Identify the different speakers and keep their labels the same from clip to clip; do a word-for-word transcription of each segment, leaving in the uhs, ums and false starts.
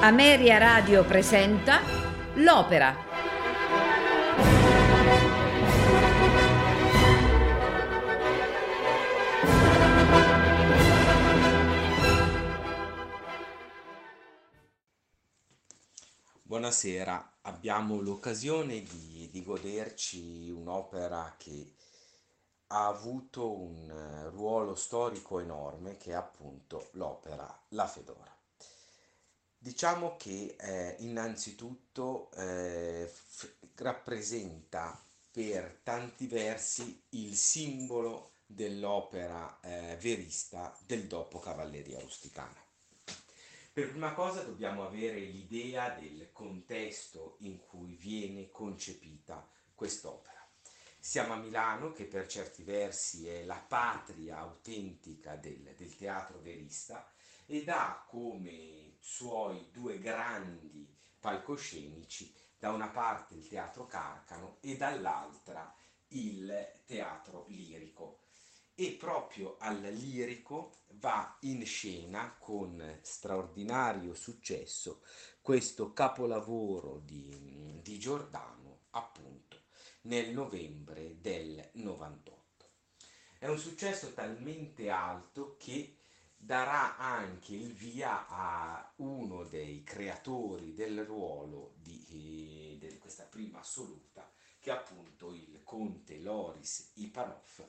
Speaker 1: Ameria Radio presenta L'Opera.
Speaker 2: Buonasera, abbiamo l'occasione di, di goderci un'opera che ha avuto un eh, ruolo storico enorme, che è appunto l'opera La Fedora. Diciamo che eh, innanzitutto eh, f- rappresenta per tanti versi il simbolo dell'opera eh, verista del dopo Cavalleria Rusticana. Per prima cosa dobbiamo avere l'idea del contesto in cui viene concepita quest'opera. Siamo a Milano, che per certi versi è la patria autentica del, del teatro verista, ed ha come suoi due grandi palcoscenici da una parte il teatro Carcano e dall'altra il teatro lirico. E proprio al lirico va in scena con straordinario successo questo capolavoro di, di Giordano, appunto nel novembre del novantotto. È un successo talmente alto che darà anche il via a uno dei creatori del ruolo di, eh, di questa prima assoluta, che è appunto il conte Loris Ipanov,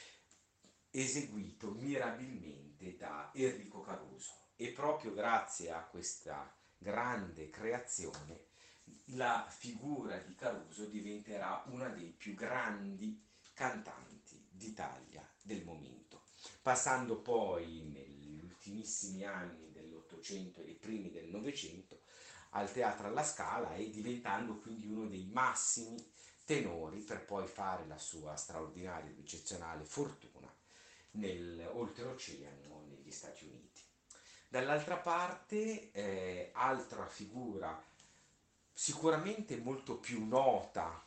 Speaker 2: eseguito mirabilmente da Enrico Caruso. E proprio grazie a questa grande creazione la figura di Caruso diventerà una dei più grandi cantanti d'Italia del momento, passando poi negli ultimissimi anni dell'Ottocento e dei primi del Novecento al Teatro alla Scala e diventando quindi uno dei massimi tenori, per poi fare la sua straordinaria ed eccezionale fortuna nel, oltreoceano negli Stati Uniti. Dall'altra parte, eh, altra figura sicuramente molto più nota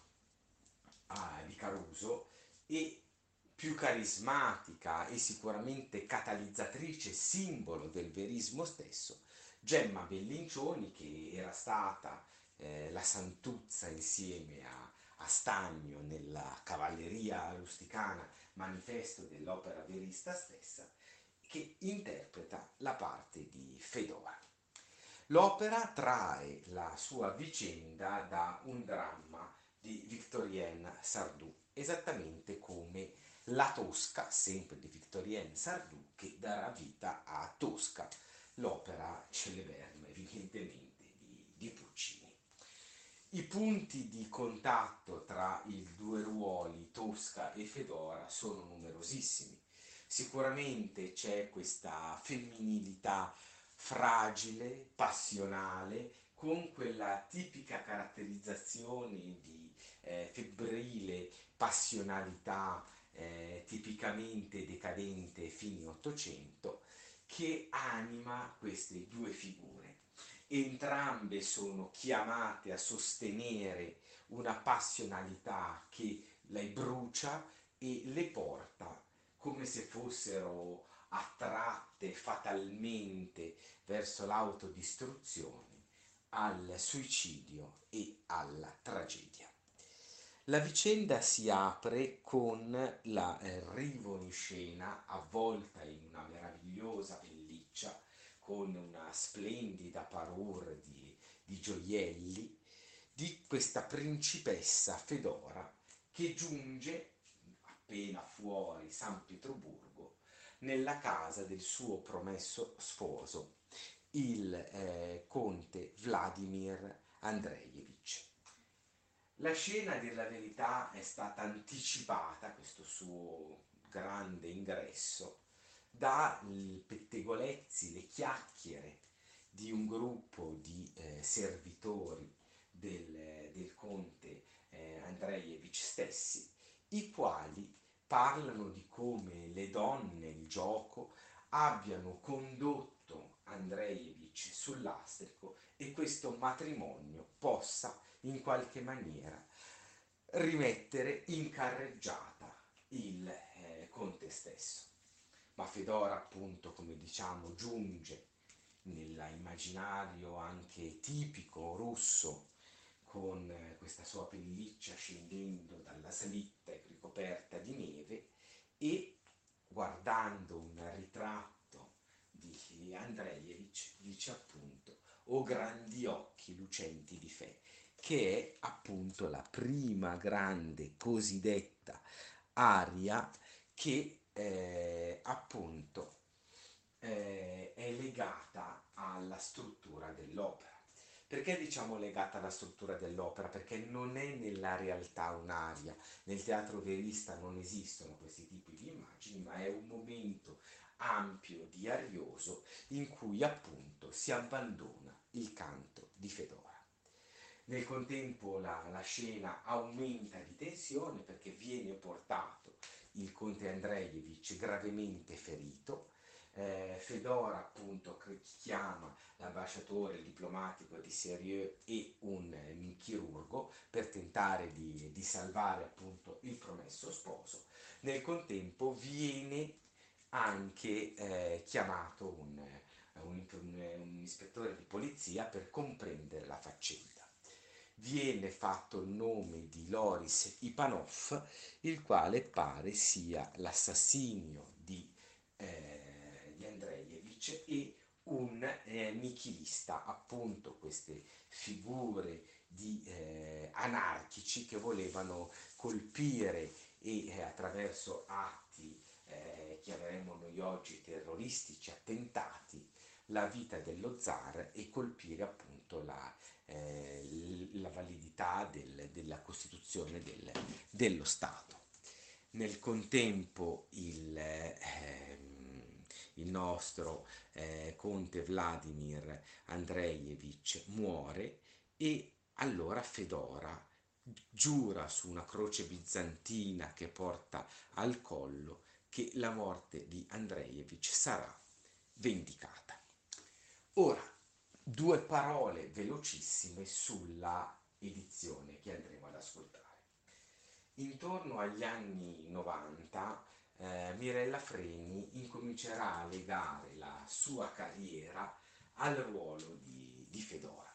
Speaker 2: ah, di Caruso e più carismatica e sicuramente catalizzatrice, simbolo del verismo stesso, Gemma Bellincioni, che era stata eh, la Santuzza insieme a, a Stagno nella Cavalleria Rusticana, manifesto dell'opera verista stessa, che interpreta la parte di Fedora. L'opera trae la sua vicenda da un dramma di Victorien Sardou, esattamente come La Tosca, sempre di Victorien Sardou, che darà vita a Tosca, l'opera celeberrima evidentemente di, di Puccini. I punti di contatto tra i due ruoli, Tosca e Fedora, sono numerosissimi. Sicuramente c'è questa femminilità fragile, passionale, con quella tipica caratterizzazione di eh, febbrile passionalità eh, tipicamente decadente fine Ottocento, che anima queste due figure. Entrambe sono chiamate a sostenere una passionalità che le brucia e le porta come se fossero attratte fatalmente verso l'autodistruzione, al suicidio e alla tragedia. La vicenda si apre con l'arrivo in scena, avvolta in una meravigliosa pelliccia, con una splendida parure di, di gioielli, di questa principessa Fedora che giunge appena fuori San Pietroburgo nella casa del suo promesso sposo, il eh, conte Vladimir Andreevich. La scena, a dir la verità, è stata anticipata, questo suo grande ingresso, dai pettegolezzi, le chiacchiere di un gruppo di eh, servitori del, del conte eh, Andreevich stessi, i quali parlano di come le donne, il gioco, abbiano condotto Andreevich sul lastrico e questo matrimonio possa in qualche maniera rimettere in carreggiata il eh, conte stesso. Ma Fedora, appunto, come diciamo, giunge nell'immaginario anche tipico russo, con questa sua pelliccia scendendo dalla slitta e ricoperta di neve, e guardando un ritratto di Andreevich dice appunto "O grandi occhi lucenti di fe", che è appunto la prima grande cosiddetta aria che eh, appunto eh, è legata alla struttura dell'opera. Perché diciamo legata alla struttura dell'opera? Perché non è nella realtà un'aria, nel teatro verista non esistono questi tipi di immagini, ma è un momento ampio di arioso in cui appunto si abbandona il canto di Fedora. Nel contempo la, la scena aumenta di tensione perché viene portato il conte Andreevich gravemente ferito. Eh, Fedora appunto chiama l'ambasciatore, il diplomatico di Sérieux e un eh, chirurgo per tentare di, di salvare appunto il promesso sposo. Nel contempo viene anche eh, chiamato un, un, un, un ispettore di polizia per comprendere la faccenda. Viene fatto il nome di Loris Ipanov, il quale pare sia l'assassinio di, eh, di Andreevich e un eh, nichilista, appunto queste figure di eh, anarchici che volevano colpire e eh, attraverso atti eh, chiameremmo noi oggi terroristici, attentati, la vita dello zar e colpire appunto la, eh, la validità del, della Costituzione del, dello Stato. Nel contempo il, eh, il nostro eh, conte Vladimir Andreevich muore e allora Fedora giura su una croce bizantina che porta al collo che la morte di Andreevich sarà vendicata. Ora, due parole velocissime sulla edizione che andremo ad ascoltare. Intorno agli anni novanta eh, Mirella Freni incomincerà a legare la sua carriera al ruolo di, di Fedora.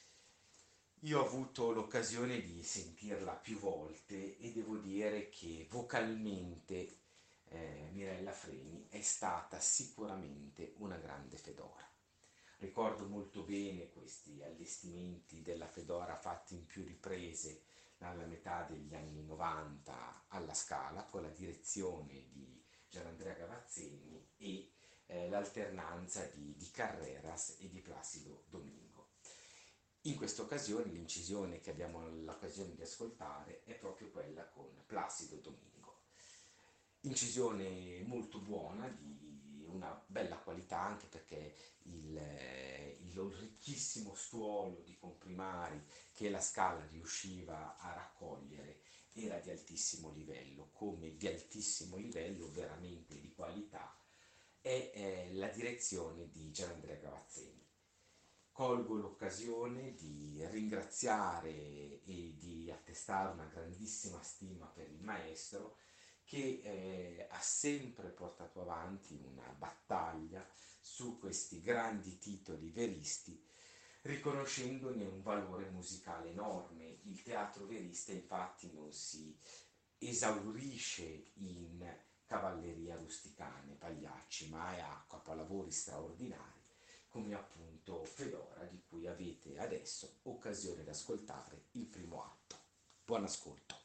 Speaker 2: Io ho avuto l'occasione di sentirla più volte e devo dire che vocalmente eh, Mirella Freni è stata sicuramente una grande Fedora. Ricordo molto bene questi allestimenti della Fedora fatti in più riprese alla metà degli anni novanta alla Scala con la direzione di Gianandrea Gavazzeni e eh, l'alternanza di, di Carreras e di Placido Domingo. In questa occasione l'incisione che abbiamo l'occasione di ascoltare è proprio quella con Placido Domingo. Incisione molto buona, di una bella qualità, anche perché il, il ricchissimo stuolo di comprimari che la Scala riusciva a raccogliere era di altissimo livello, come di altissimo livello, veramente di qualità, è eh, la direzione di Gianandrea Gavazzeni. Colgo l'occasione di ringraziare e di attestare una grandissima stima per il maestro che eh, ha sempre portato avanti una battaglia su questi grandi titoli veristi, riconoscendone un valore musicale enorme. Il teatro verista infatti non si esaurisce in cavalleria rusticane, pagliacci, ma ha capolavori straordinari come appunto Fedora, di cui avete adesso occasione di ascoltare il primo atto. Buon ascolto.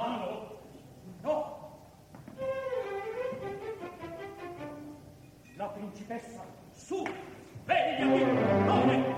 Speaker 3: mano. No. La principessa, su, svegliati, dove?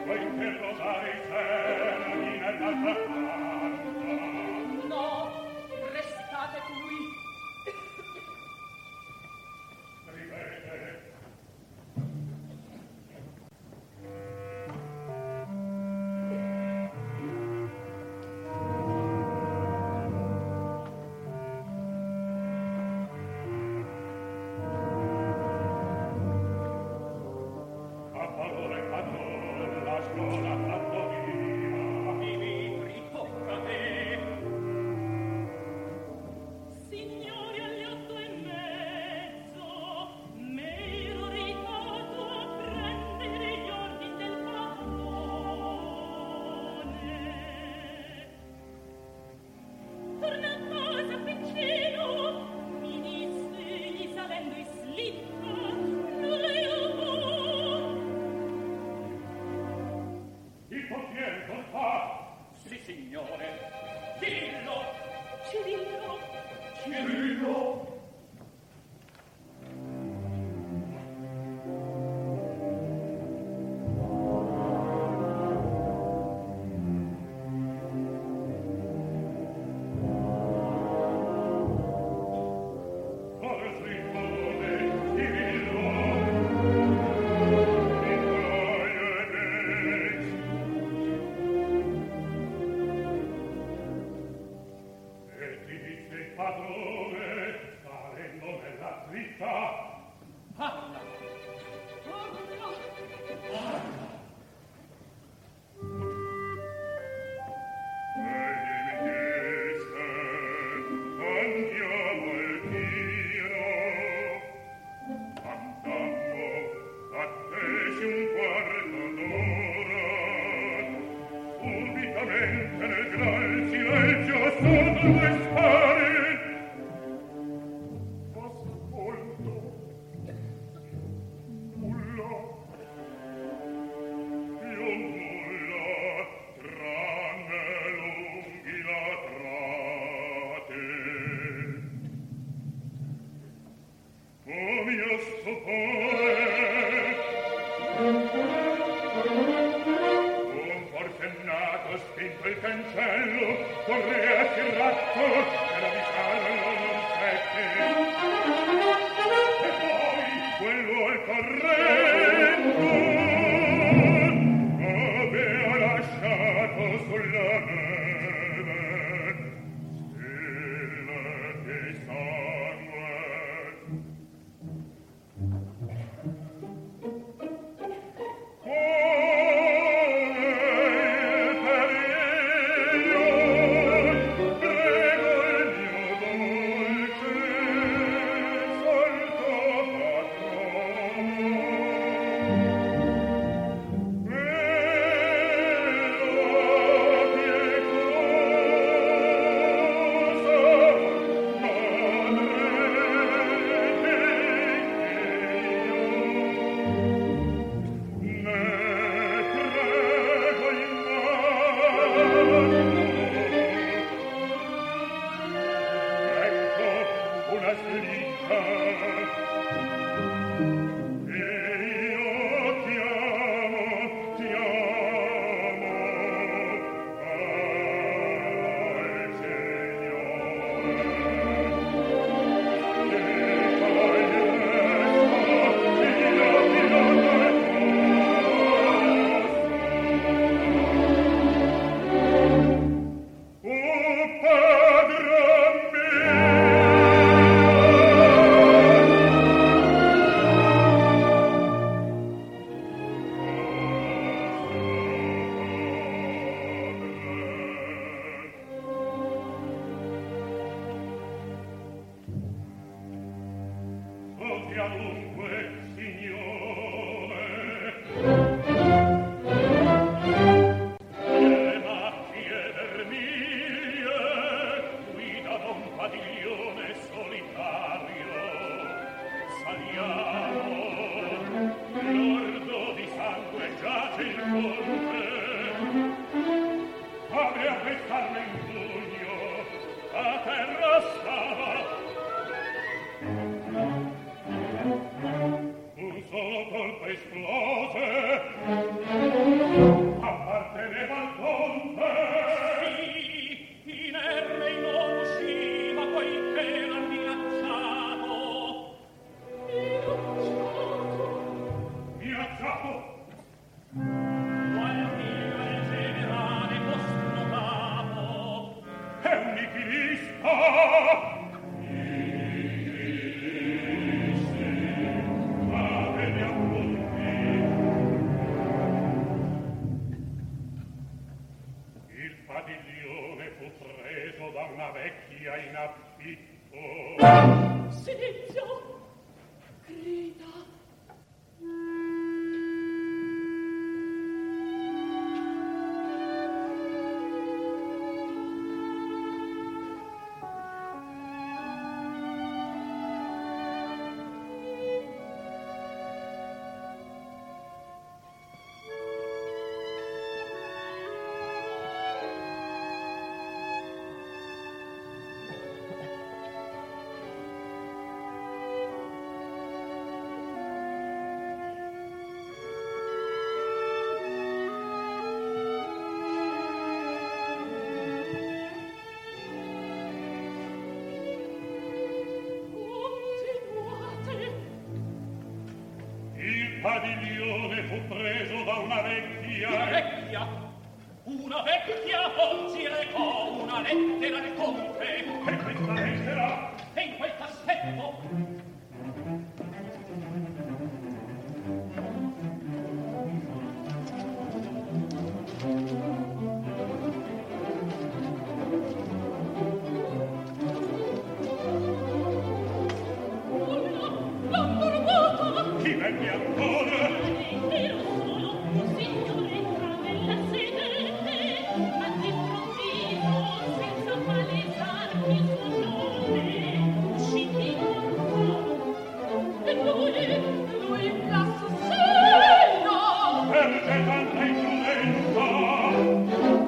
Speaker 4: Un solo colpo esplose
Speaker 3: Padiglione fu preso da una vecchia. Una vecchia? Una vecchia oggi recò una lettera al conte. E questa lettera? E in quel cassetto? Chi venne ancora? Io sono un signoretta nella sede, ma d'improvviso, senza palesarmi il suo nome, usciti con e lui, lui l'assassino! Perché tanta imprudenza?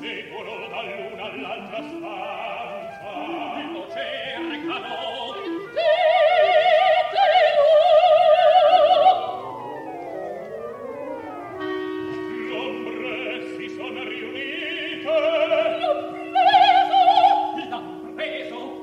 Speaker 3: seguono dall'una all'altra stanza, lo cercano. L'ombre si sono riunite. L'ha preso! L'ha preso!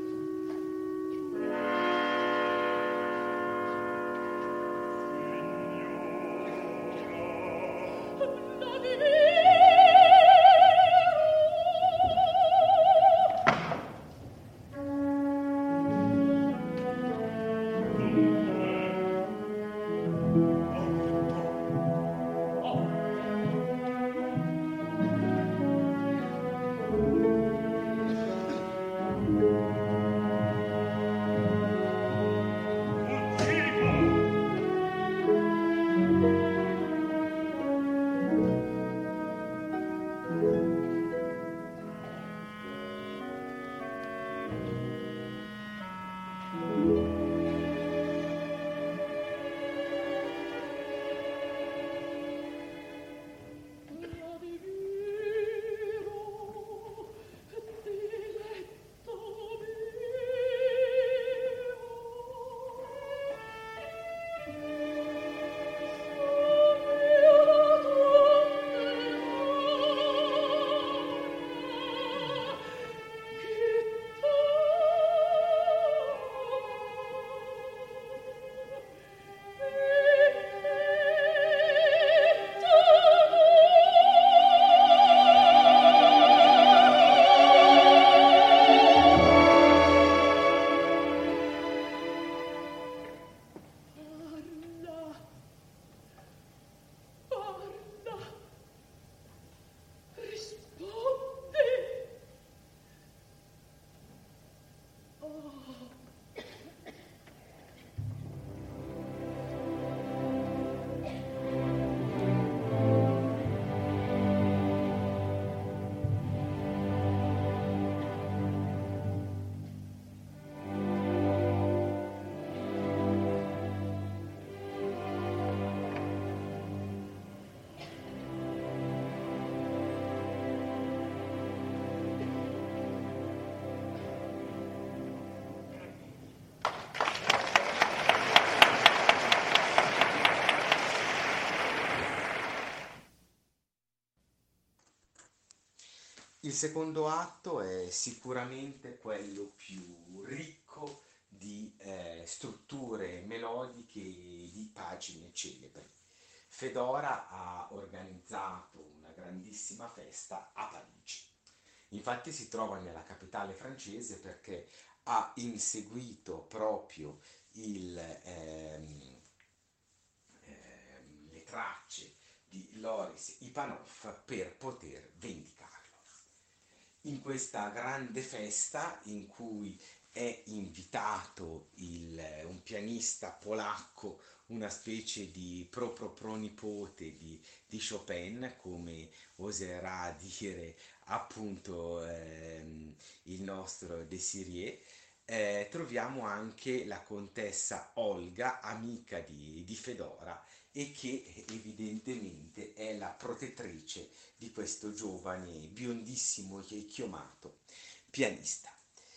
Speaker 2: Il secondo atto è sicuramente quello più ricco di eh, strutture melodiche e di pagine celebri. Fedora ha organizzato una grandissima festa a Parigi. Infatti si trova nella capitale francese perché ha inseguito proprio il, ehm, ehm, le tracce di Loris Ivanov per poter vendicarlo. In questa grande festa in cui è invitato il, un pianista polacco, una specie di pro-pro-pro-nipote di, di Chopin, come oserà dire appunto ehm, il nostro Désiré, eh, troviamo anche la contessa Olga, amica di, di Fedora, e che evidentemente è la protettrice di questo giovane biondissimo e chiomato pianista.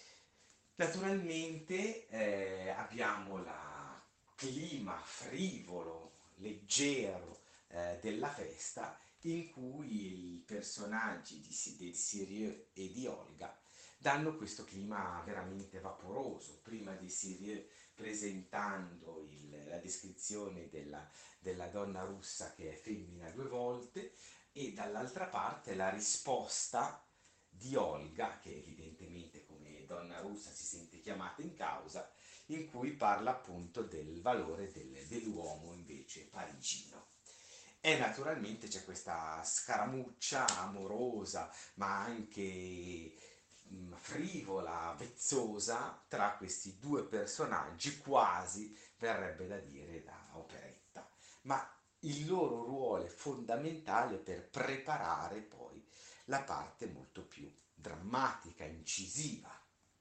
Speaker 2: Naturalmente eh, abbiamo il clima frivolo, leggero eh, della festa, in cui i personaggi di Désiré e di Olga danno questo clima veramente vaporoso. Prima Désiré presentando il, la descrizione della, della donna russa che è femmina due volte, e dall'altra parte la risposta di Olga, che evidentemente come donna russa si sente chiamata in causa, in cui parla appunto del valore del, dell'uomo invece parigino. E naturalmente c'è questa scaramuccia amorosa, ma anche mh, frivola, vezzosa, tra questi due personaggi, quasi verrebbe da dire da operetta. Ma il loro ruolo è fondamentale per preparare poi la parte molto più drammatica, incisiva.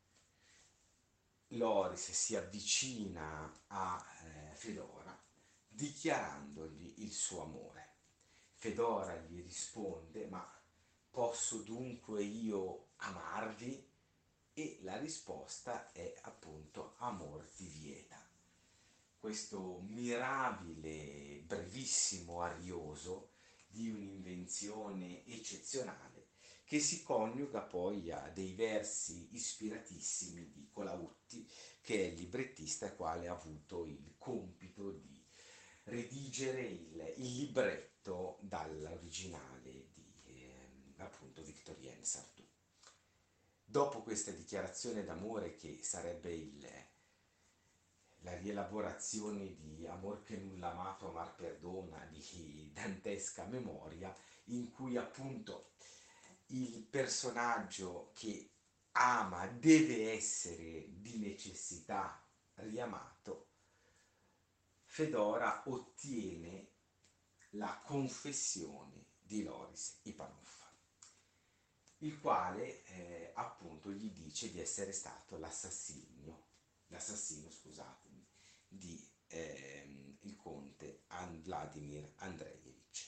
Speaker 2: Loris si avvicina a eh, Fedora dichiarandogli il suo amore. Fedora gli risponde, ma posso dunque io amarvi? E la risposta è appunto amor ti vieta. Questo mirabile, brevissimo arioso di un'invenzione eccezionale che si coniuga poi a dei versi ispiratissimi di Colautti, che è il librettista il quale ha avuto il compito di redigere il, il libretto dall'originale di eh, appunto Victorien Sardou. Dopo questa dichiarazione d'amore, che sarebbe il, la rielaborazione di Amor che nulla amato amar perdona di dantesca memoria, in cui appunto il personaggio che ama deve essere di necessità riamato, Fedora ottiene la confessione di Loris Ipanov, il quale eh, appunto gli dice di essere stato l'assassino, l'assassino scusatemi, di eh, il conte Vladimir Andreevich.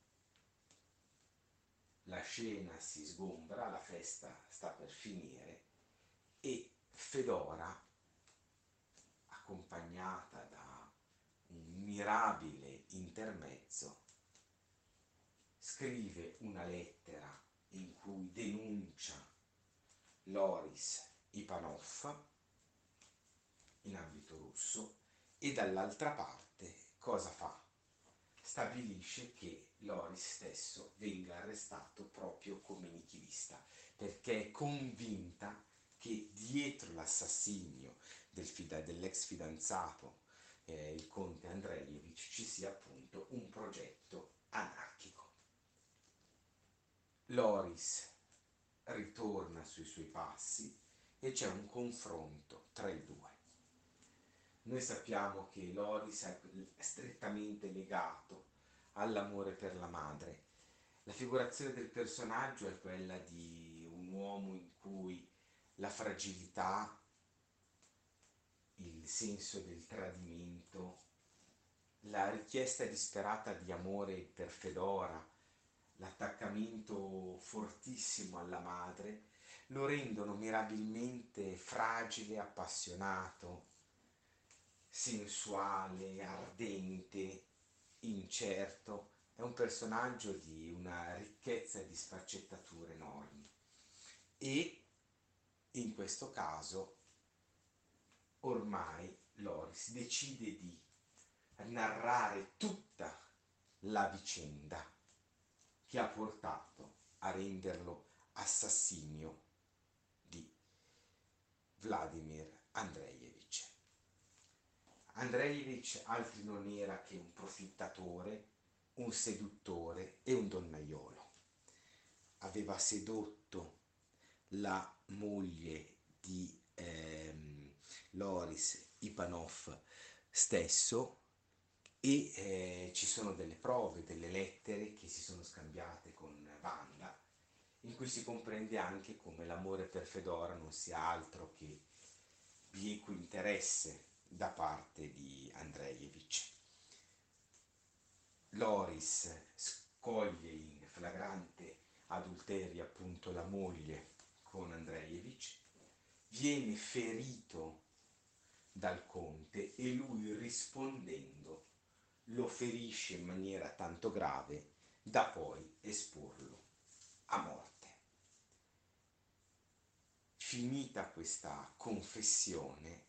Speaker 2: La scena si sgombra, la festa sta per finire e Fedora, accompagnata da un mirabile intermezzo, scrive una lettera in cui denuncia Loris Ipanov in ambito russo e dall'altra parte cosa fa? Stabilisce che Loris stesso venga arrestato proprio come nichilista, perché è convinta che dietro l'assassinio del fida- dell'ex fidanzato, eh, il conte Andreevich, ci sia appunto un progetto anarchico. Loris ritorna sui suoi passi e c'è un confronto tra i due. Noi sappiamo che Loris è strettamente legato all'amore per la madre. La figurazione del personaggio è quella di un uomo in cui la fragilità, il senso del tradimento, la richiesta disperata di amore per Fedora, l'attaccamento fortissimo alla madre, lo rendono mirabilmente fragile, appassionato, sensuale, ardente, incerto. È un personaggio di una ricchezza di sfaccettature enormi e in questo caso ormai Loris decide di narrare tutta la vicenda che ha portato a renderlo assassinio di Vladimir Andreevich. Andreevich altri non era che un profittatore, un seduttore e un donnaiolo. Aveva sedotto la moglie di ehm, Loris Ipanov stesso e eh, ci sono delle prove, delle lettere che si sono scambiate con Wanda, in cui si comprende anche come l'amore per Fedora non sia altro che bieco interesse da parte di Andreevich. Loris scoglie in flagrante adulterio appunto la moglie con Andreevich, viene ferito dal conte e lui, rispondendo, lo ferisce in maniera tanto grave da poi esporlo a morte. Finita questa confessione,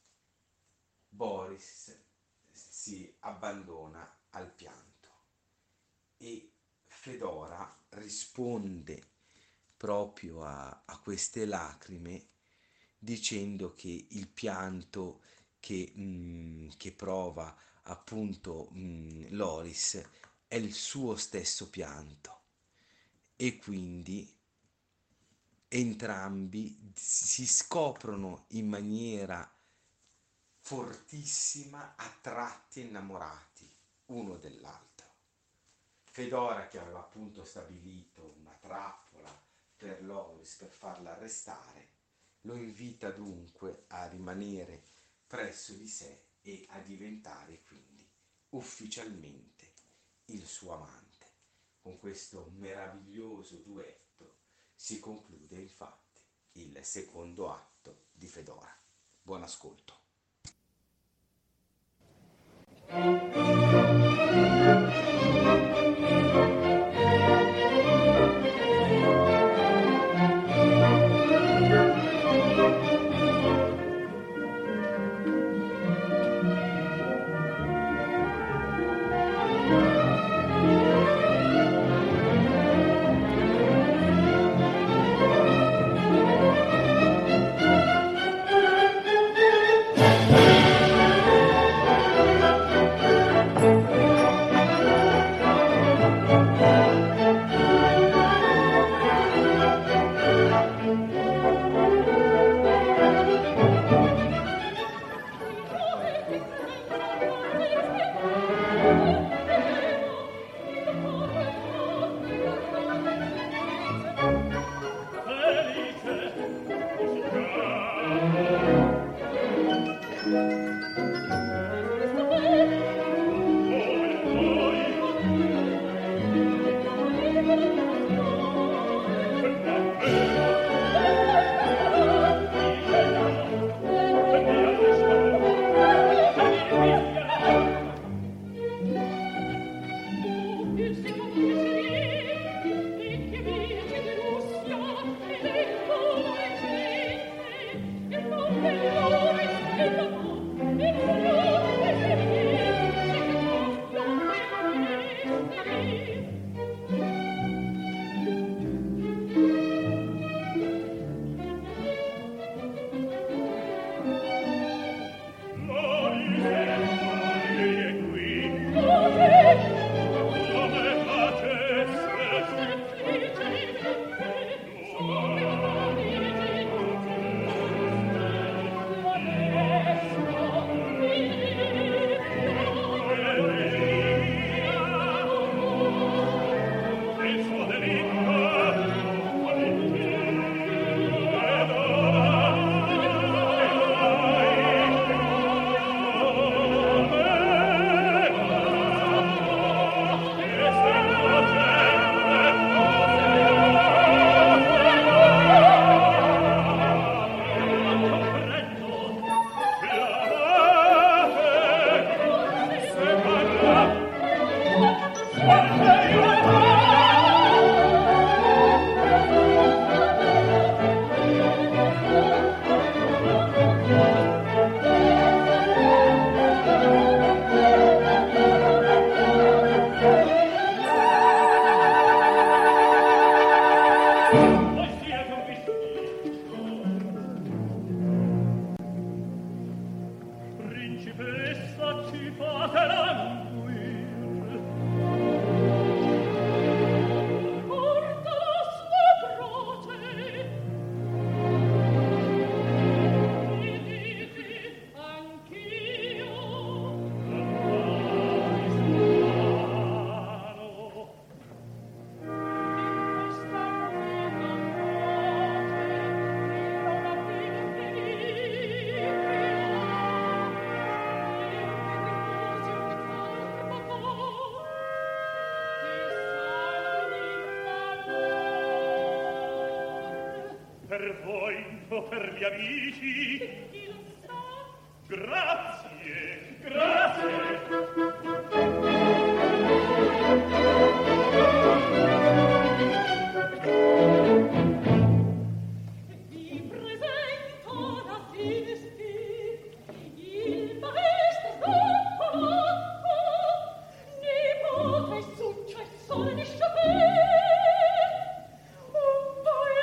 Speaker 2: Boris si abbandona al pianto e Fedora risponde proprio a, a queste lacrime dicendo che il pianto che, mh, che prova appunto mh, Loris è il suo stesso pianto e quindi entrambi si scoprono in maniera fortissima attratti e innamorati uno dell'altro. Fedora, che aveva appunto stabilito una trappola per Loris per farla arrestare, lo invita dunque a rimanere presso di sé e a diventare quindi ufficialmente il suo amante. Con questo meraviglioso duetto si conclude infatti il secondo atto di Fedora. Buon ascolto.
Speaker 3: Per voi o per gli amici? Chi lo sa? Grazie, grazie.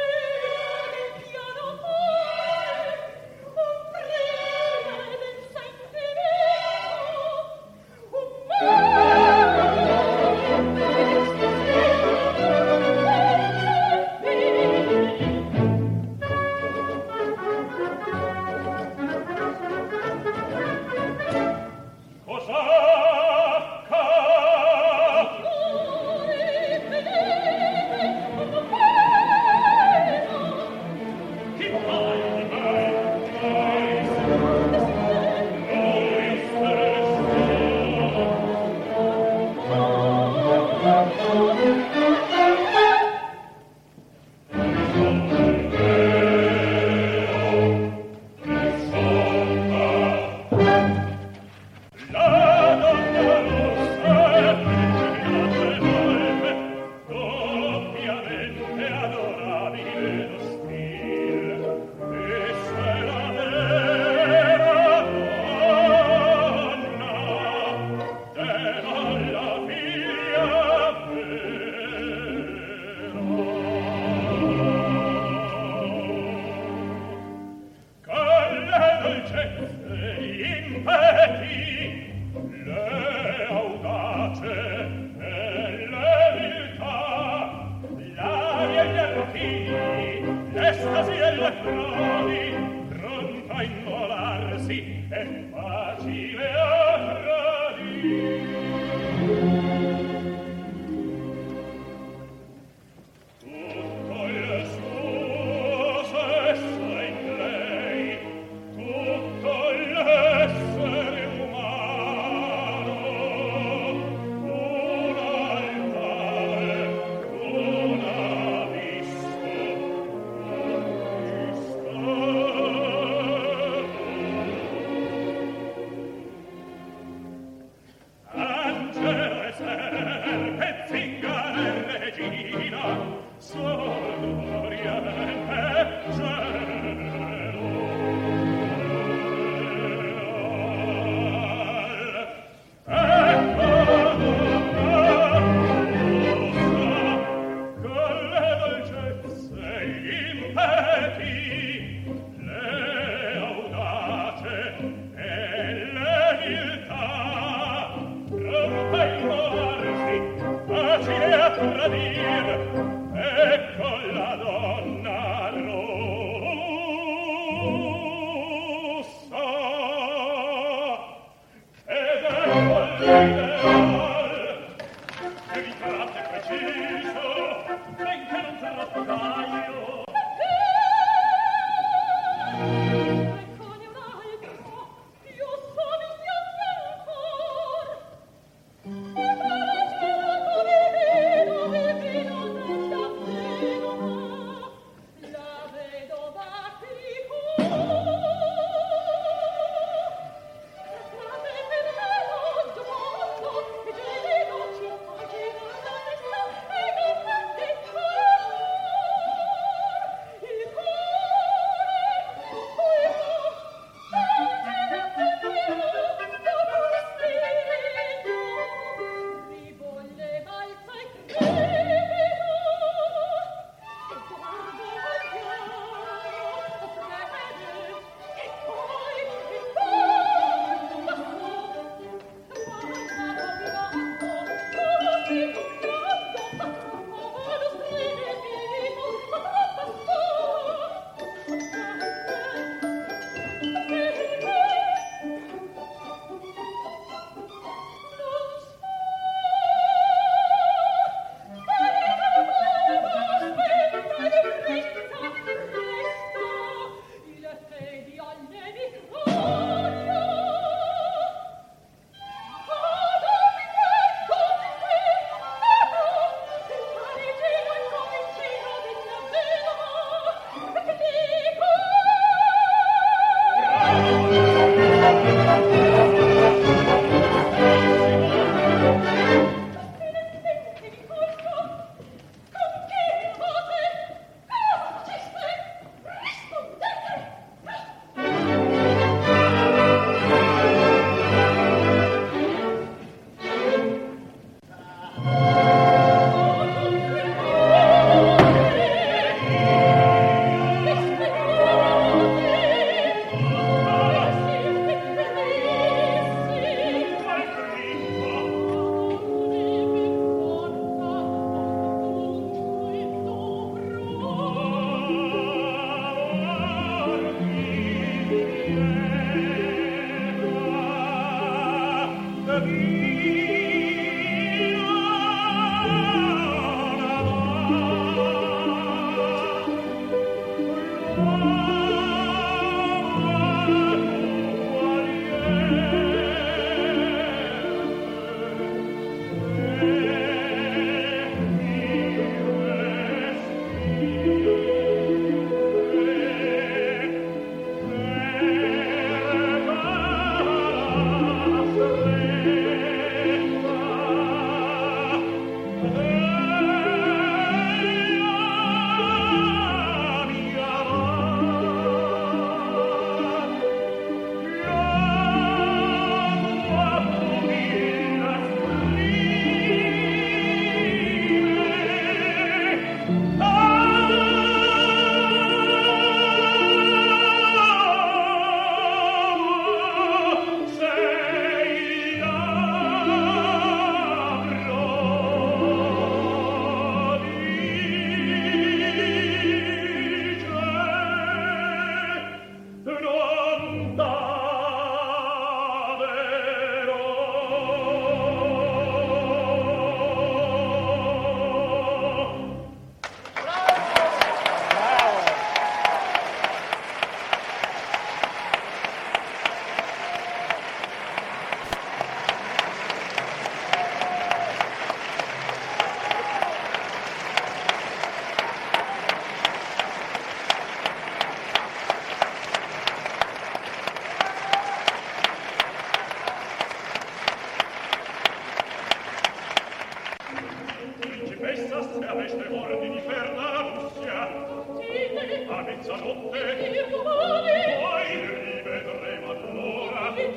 Speaker 4: Sei
Speaker 3: sì è facile a gradire. Tutto il suo sesso è in lei, tutto l'essere umano, un altare, un abisso, un mistero.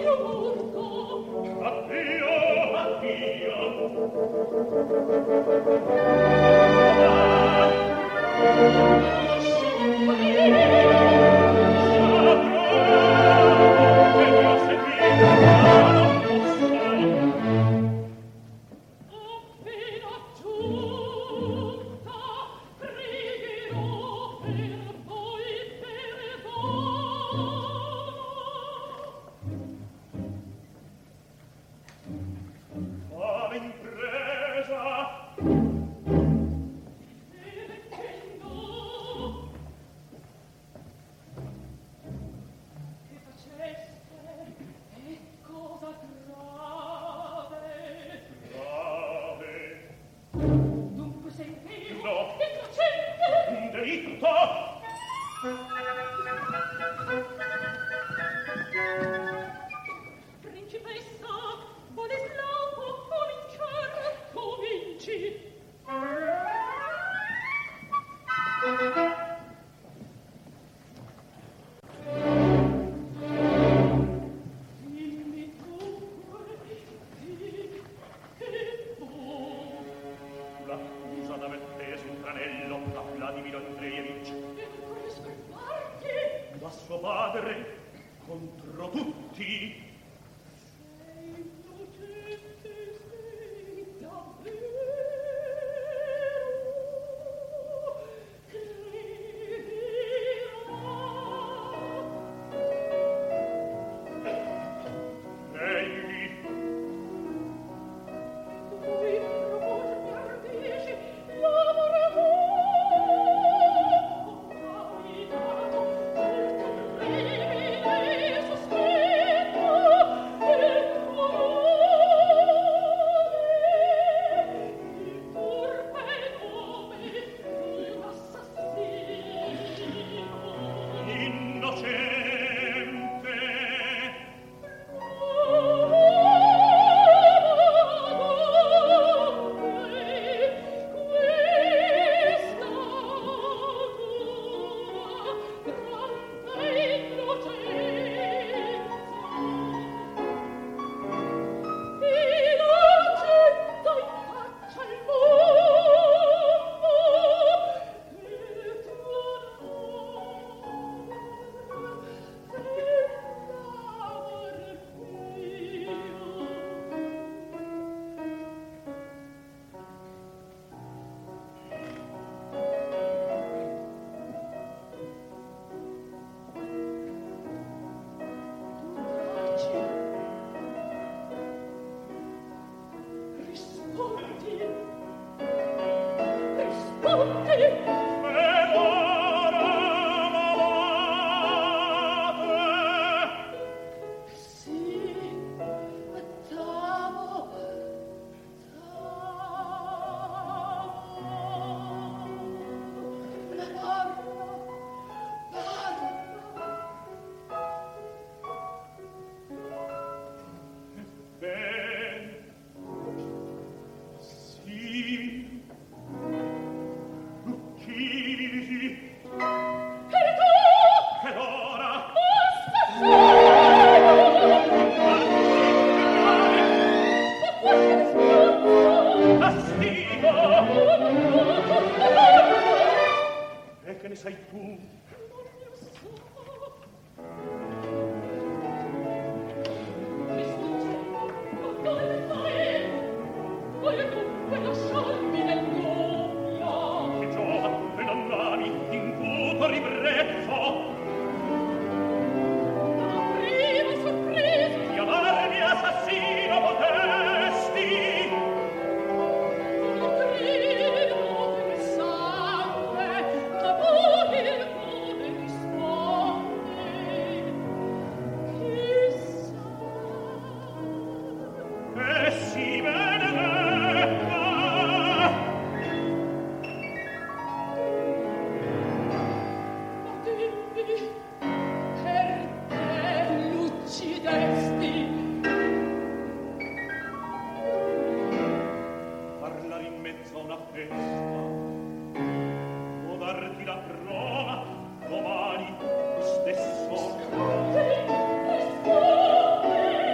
Speaker 3: Domani, lo stesso.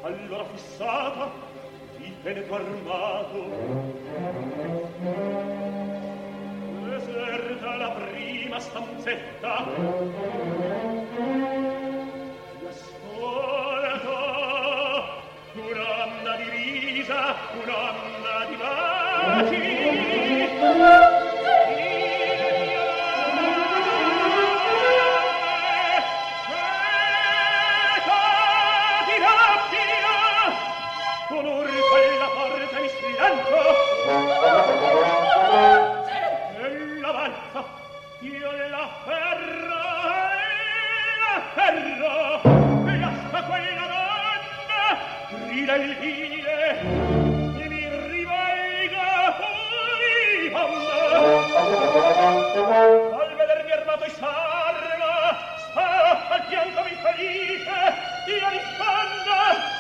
Speaker 3: allora fissata il penetro armato deserta la prima stanzetta si ascolta un'onda di risa un'onda di baci con urto alla porta mi slancio e la valsa io la ferro e la ferro e lascia quella donna grida il vile e mi rivolga furibonda al vedermi armato e s'arma sta al fianco mi felice io rispondo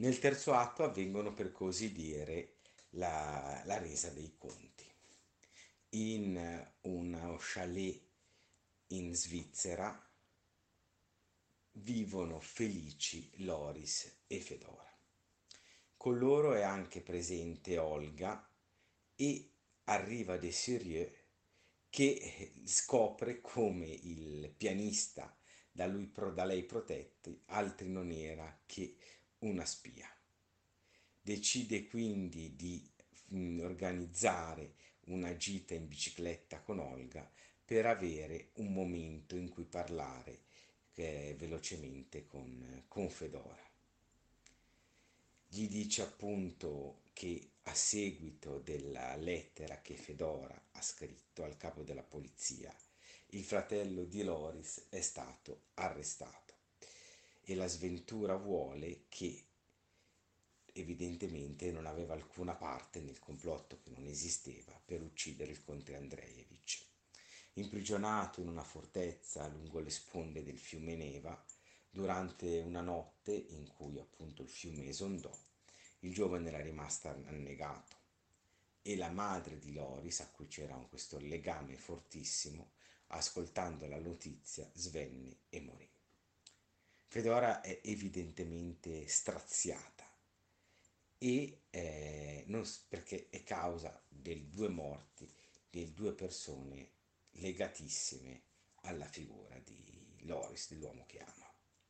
Speaker 2: Nel terzo atto avvengono, per così dire, la, la resa dei conti. In uno chalet in Svizzera vivono felici Loris e Fedora. Con loro è anche presente Olga e arriva Désireux, che scopre come il pianista da, lui, da lei protetti altri non era che una spia. Decide quindi di mh, organizzare una gita in bicicletta con Olga per avere un momento in cui parlare eh, velocemente con, con Fedora. Gli dice appunto che a seguito della lettera che Fedora ha scritto al capo della polizia, il fratello di Loris è stato arrestato e la sventura vuole che evidentemente non aveva alcuna parte nel complotto che non esisteva per uccidere il conte Andreevich. Imprigionato in una fortezza lungo le sponde del fiume Neva, durante una notte in cui appunto il fiume esondò, il giovane era rimasto annegato e la madre di Loris, a cui c'era questo legame fortissimo, ascoltando la notizia svenne e morì. Fedora è evidentemente straziata e eh, non, perché è causa delle due morti di due persone legatissime alla figura di Loris, dell'uomo che ama.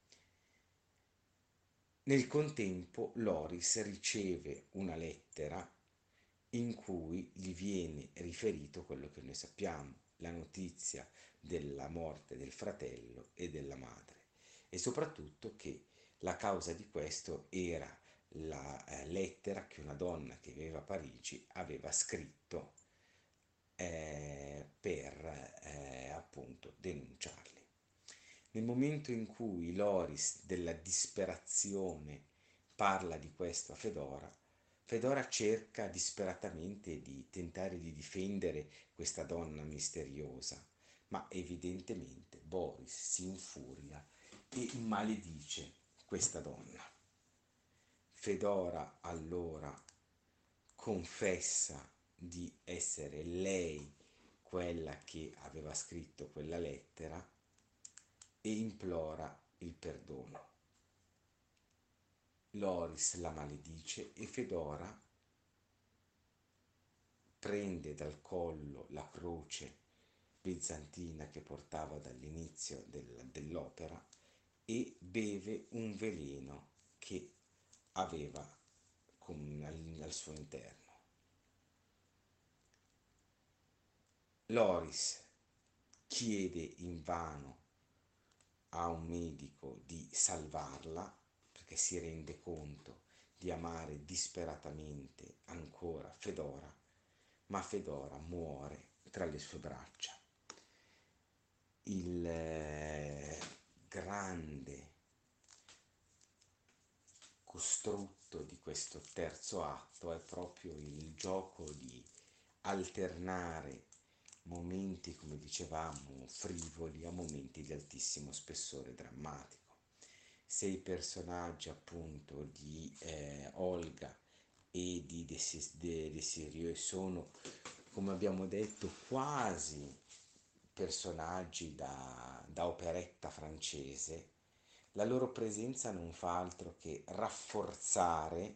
Speaker 2: Nel contempo Loris riceve una lettera in cui gli viene riferito quello che noi sappiamo, la notizia della morte del fratello e della madre, e soprattutto che la causa di questo era la eh, lettera che una donna che viveva a Parigi aveva scritto eh, per eh, appunto denunciarli. Nel momento in cui Loris della disperazione parla di questo a Fedora, Fedora cerca disperatamente di tentare di difendere questa donna misteriosa, ma evidentemente Boris si infuria e maledice questa donna. Fedora allora confessa di essere lei quella che aveva scritto quella lettera e implora il perdono. Loris la maledice e Fedora prende dal collo la croce bizantina che portava dall'inizio del, dell'opera e beve un veleno che aveva con, al, al suo interno. Loris chiede invano a un medico di salvarla perché si rende conto di amare disperatamente ancora Fedora, ma Fedora muore tra le sue braccia. Il eh, grande costrutto di questo terzo atto è proprio il gioco di alternare momenti, come dicevamo, frivoli a momenti di altissimo spessore drammatico. Se i personaggi appunto di eh, Olga e di Désireux sono, come abbiamo detto, quasi personaggi da, da operetta francese, la loro presenza non fa altro che rafforzare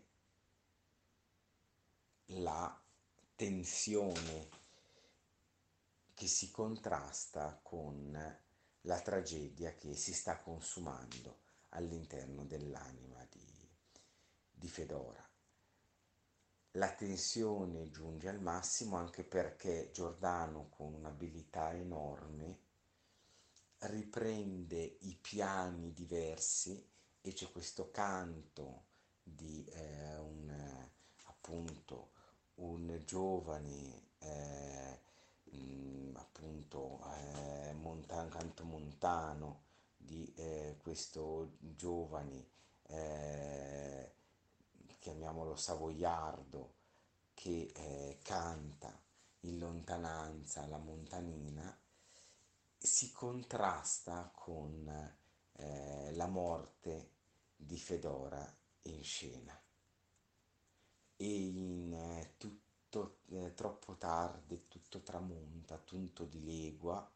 Speaker 2: la tensione che si contrasta con la tragedia che si sta consumando all'interno dell'anima di, di Fedora. La tensione giunge al massimo anche perché Giordano, con un'abilità enorme, riprende i piani diversi e c'è questo canto di eh, un appunto un giovane eh, mh, appunto eh, montan, canto montano di eh, questo giovane eh, chiamiamolo savoiardo che eh, canta in lontananza la montanina, si contrasta con eh, la morte di Fedora in scena e in eh, tutto eh, troppo tardi, tutto tramonta, tutto di legua,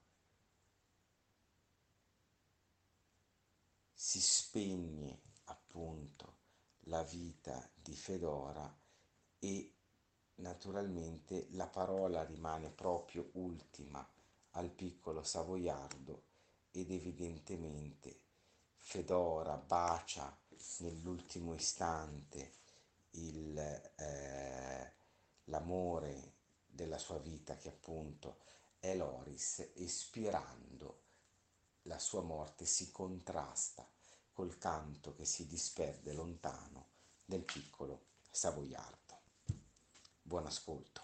Speaker 2: si spegne appunto la vita di Fedora e naturalmente la parola rimane proprio ultima al piccolo Savoiardo ed evidentemente Fedora bacia nell'ultimo istante il, eh, l'amore della sua vita che appunto è Loris, espirando la sua morte si contrasta col canto che si disperde lontano del piccolo Savoiardo. Buon ascolto.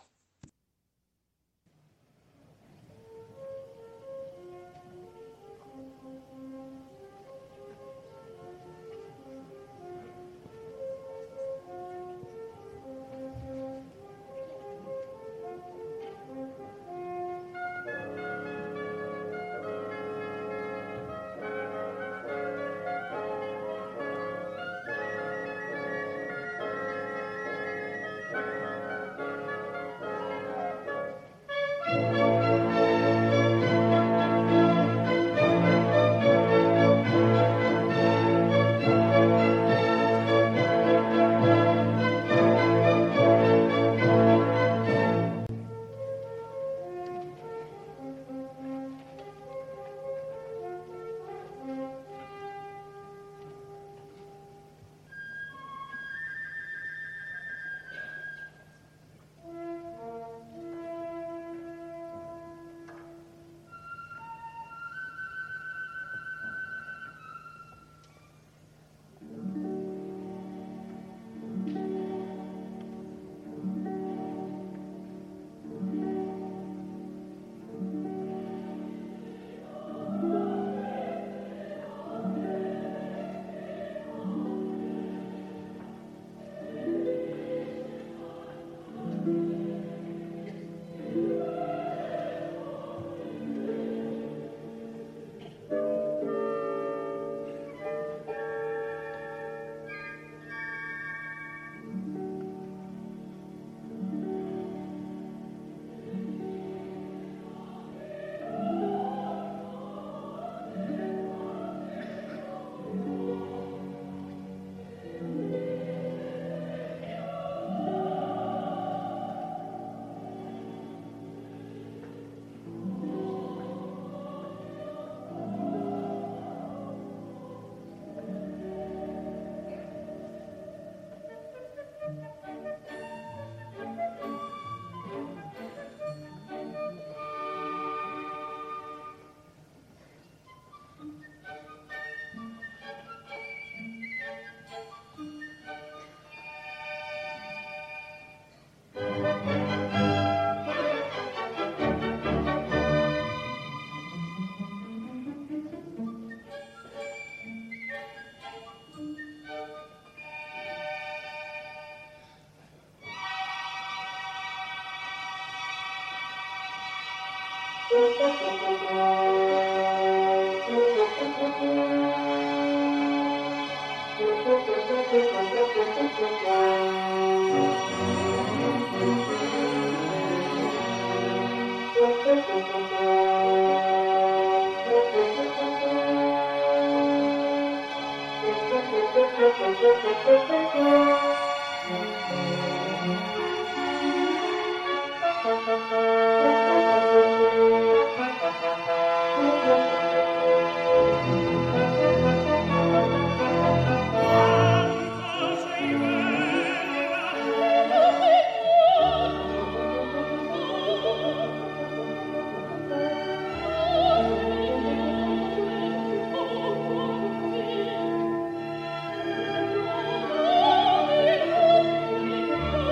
Speaker 4: Thank you.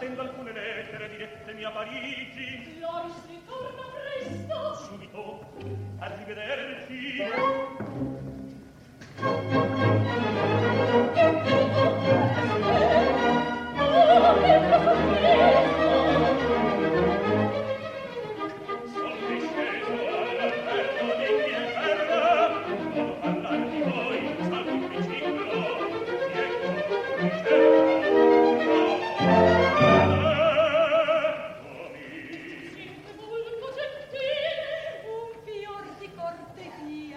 Speaker 3: attendo alcune lettere direttemi a Parigi.
Speaker 4: Loris ritorna presto.
Speaker 3: Subito, arrivederci. Sono disceso all'albergo di Inghilterra, non parlar di voi, salvo il riciclo, ecco, ricerca.
Speaker 4: Siete molto gentili, un fior di cortesia.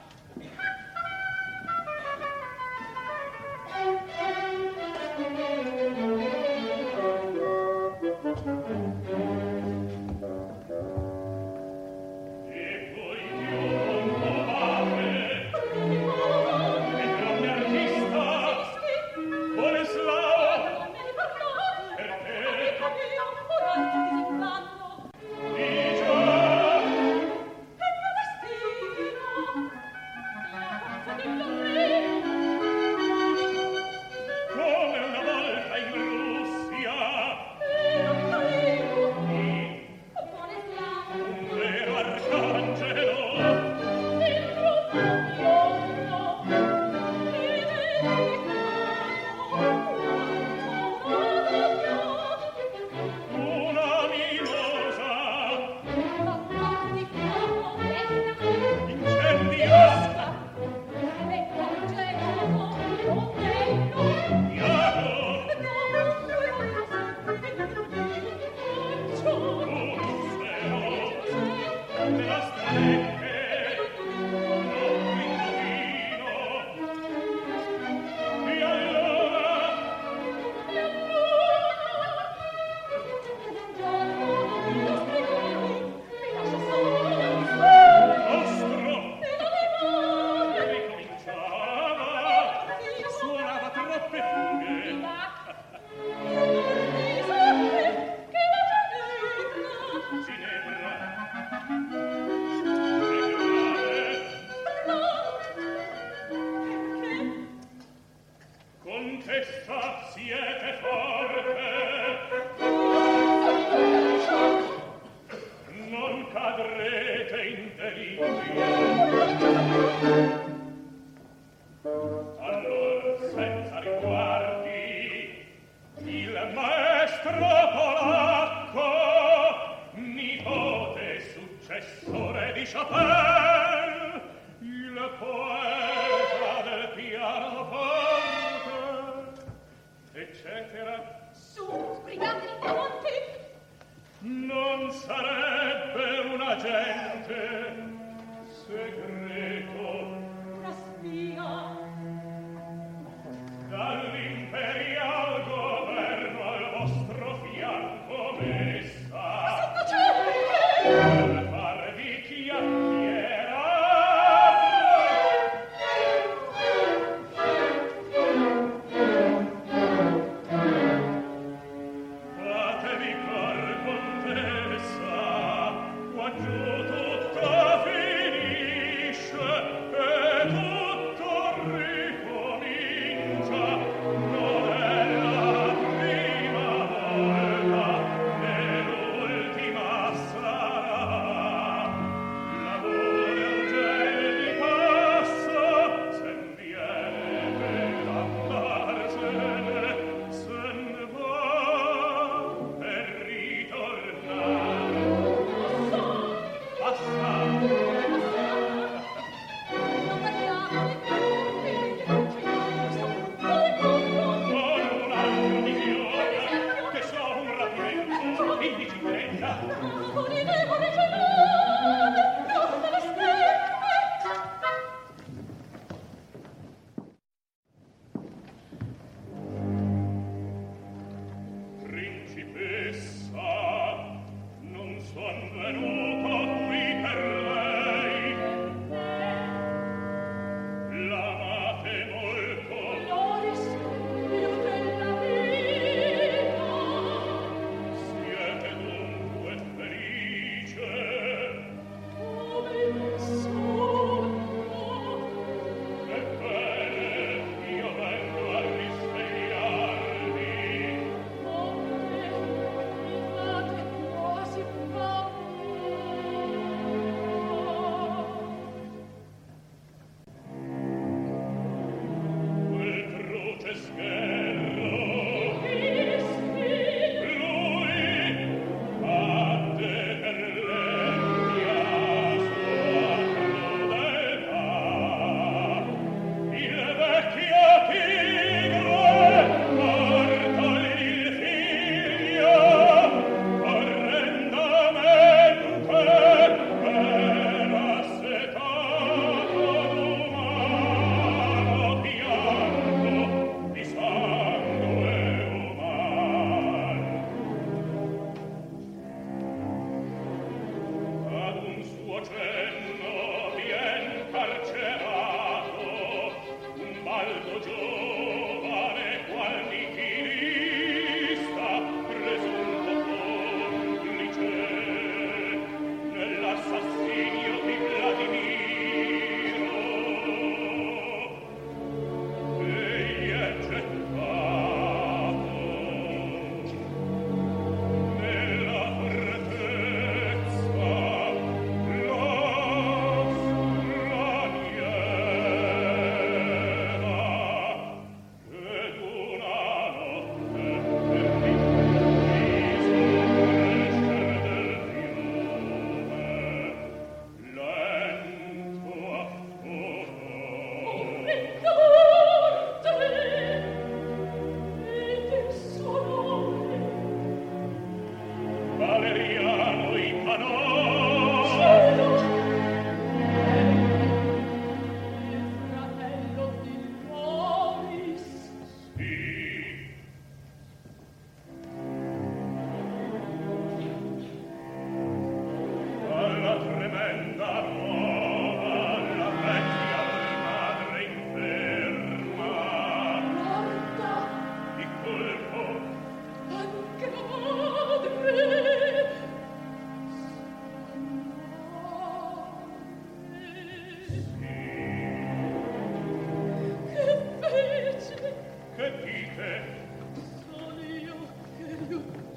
Speaker 3: E poi più non trovate, il grande artista, Boleslao, perché? Di già, come una volta in Russia, un vero arcangelo. Una mimosa incendiosa, diavolo, un sfero della streghe, un indovino. E allora nostro ricominciava, suonava troppe fughe. Ginevra, regalare, contessa, siete forte, non cadrete in delizia. Allora, senza riguardi, il maestro polacco, nipote successore di Chopin, il poeta del pianoforte, eccetera,
Speaker 4: Su, sbrigatevi davanti.
Speaker 3: non sarebbe un agente segreto
Speaker 4: Una spia.
Speaker 3: dall'imperial governo al vostro fianco messa per farvi chiacchierare. Fatevi cor, contessa, qua giù tutto finisce e tutto ricomincia. Non è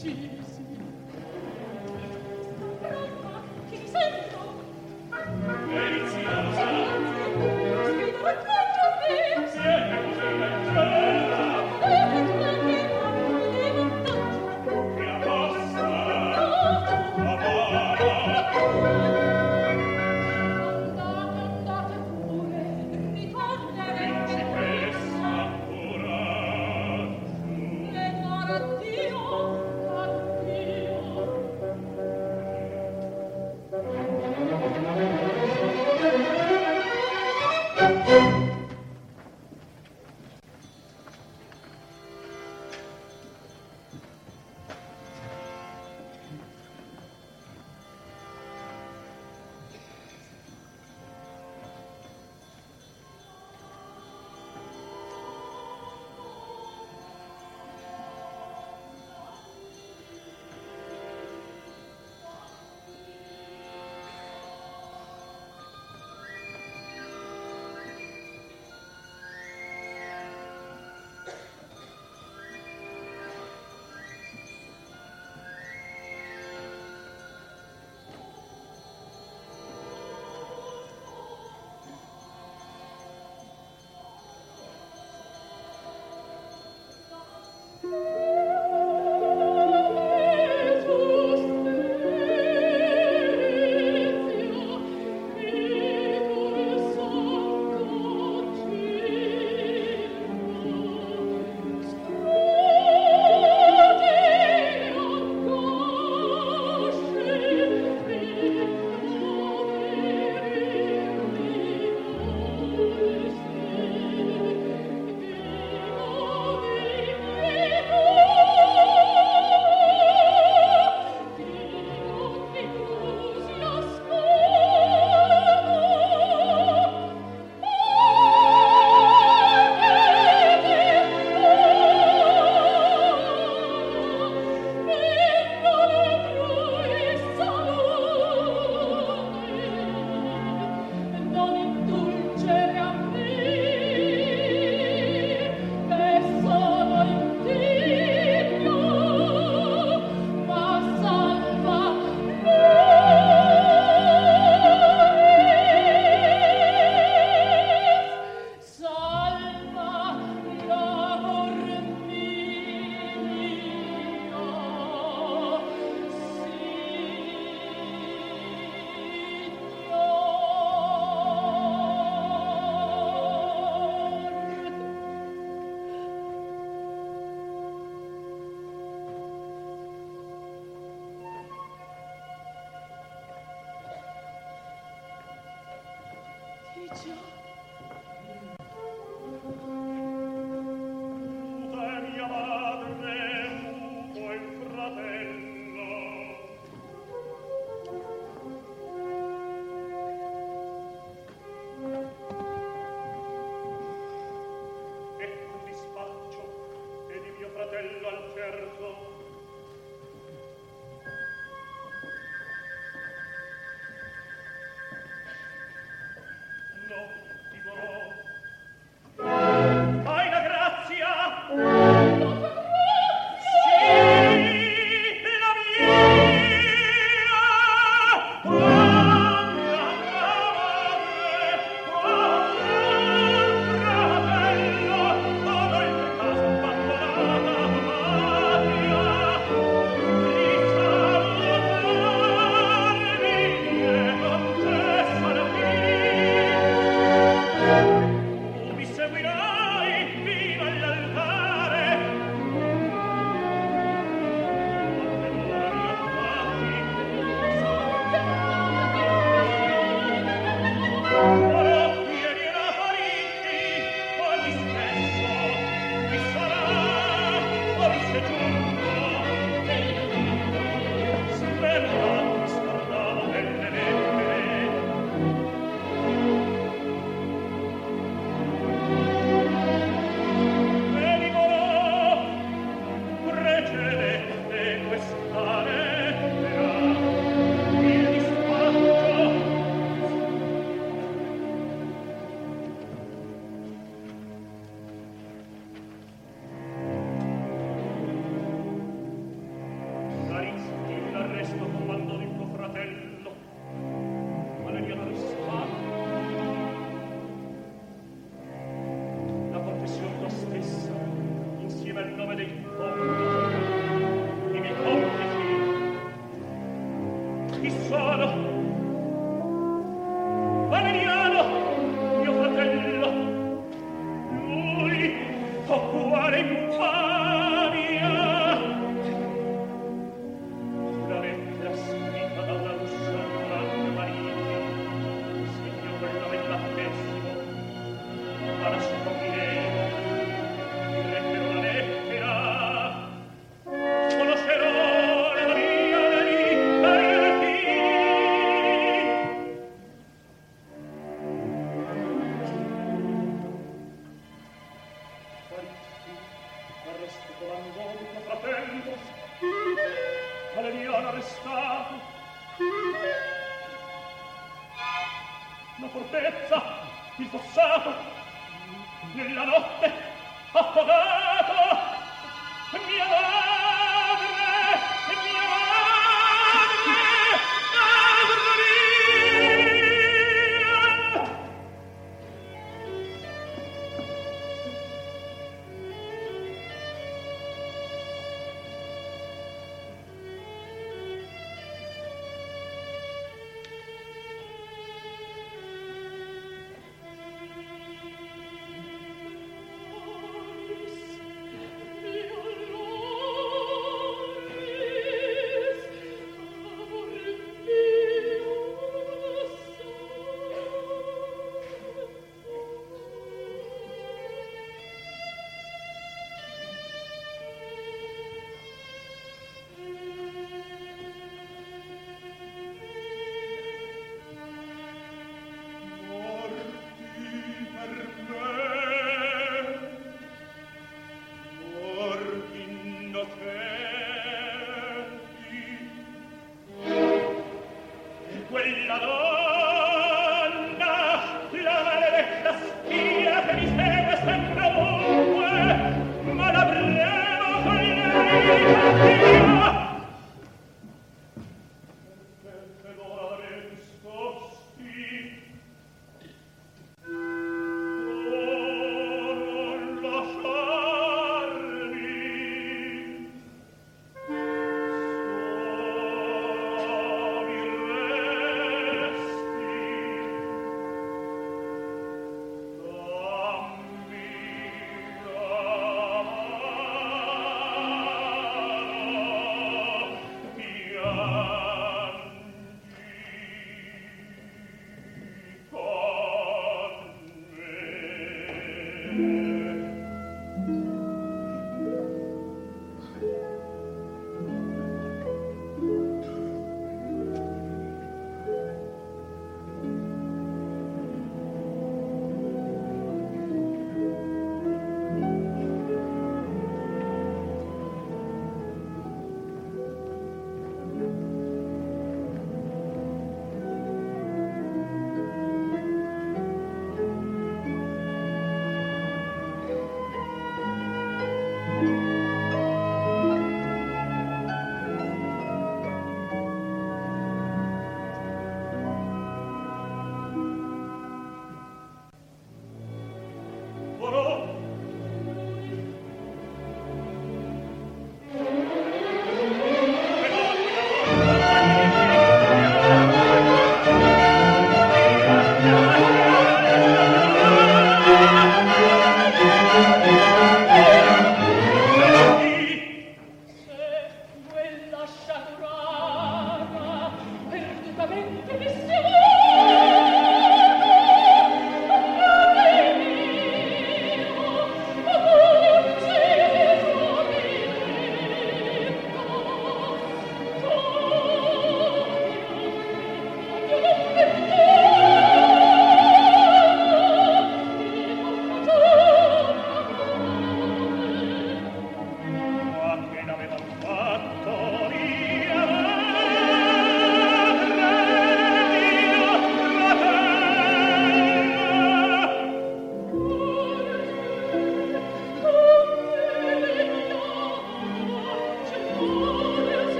Speaker 3: Maria nome del fondo, i miei complici. Chi sono? Valeriano, mio fratello. Lui, o quale infamia. La lettera scritta dalla russa Anna Maria segnò quella bella pessimo alla scoprire il rettero la lettera. Conoscerò la mia verità e arresto comandò di tuo fratello Valeriano arrestato. La fortezza, il fossato, nella notte affogato. Mia madre, mia madre, madre mia.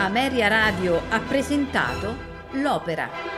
Speaker 1: Ameria Radio ha presentato L'Opera.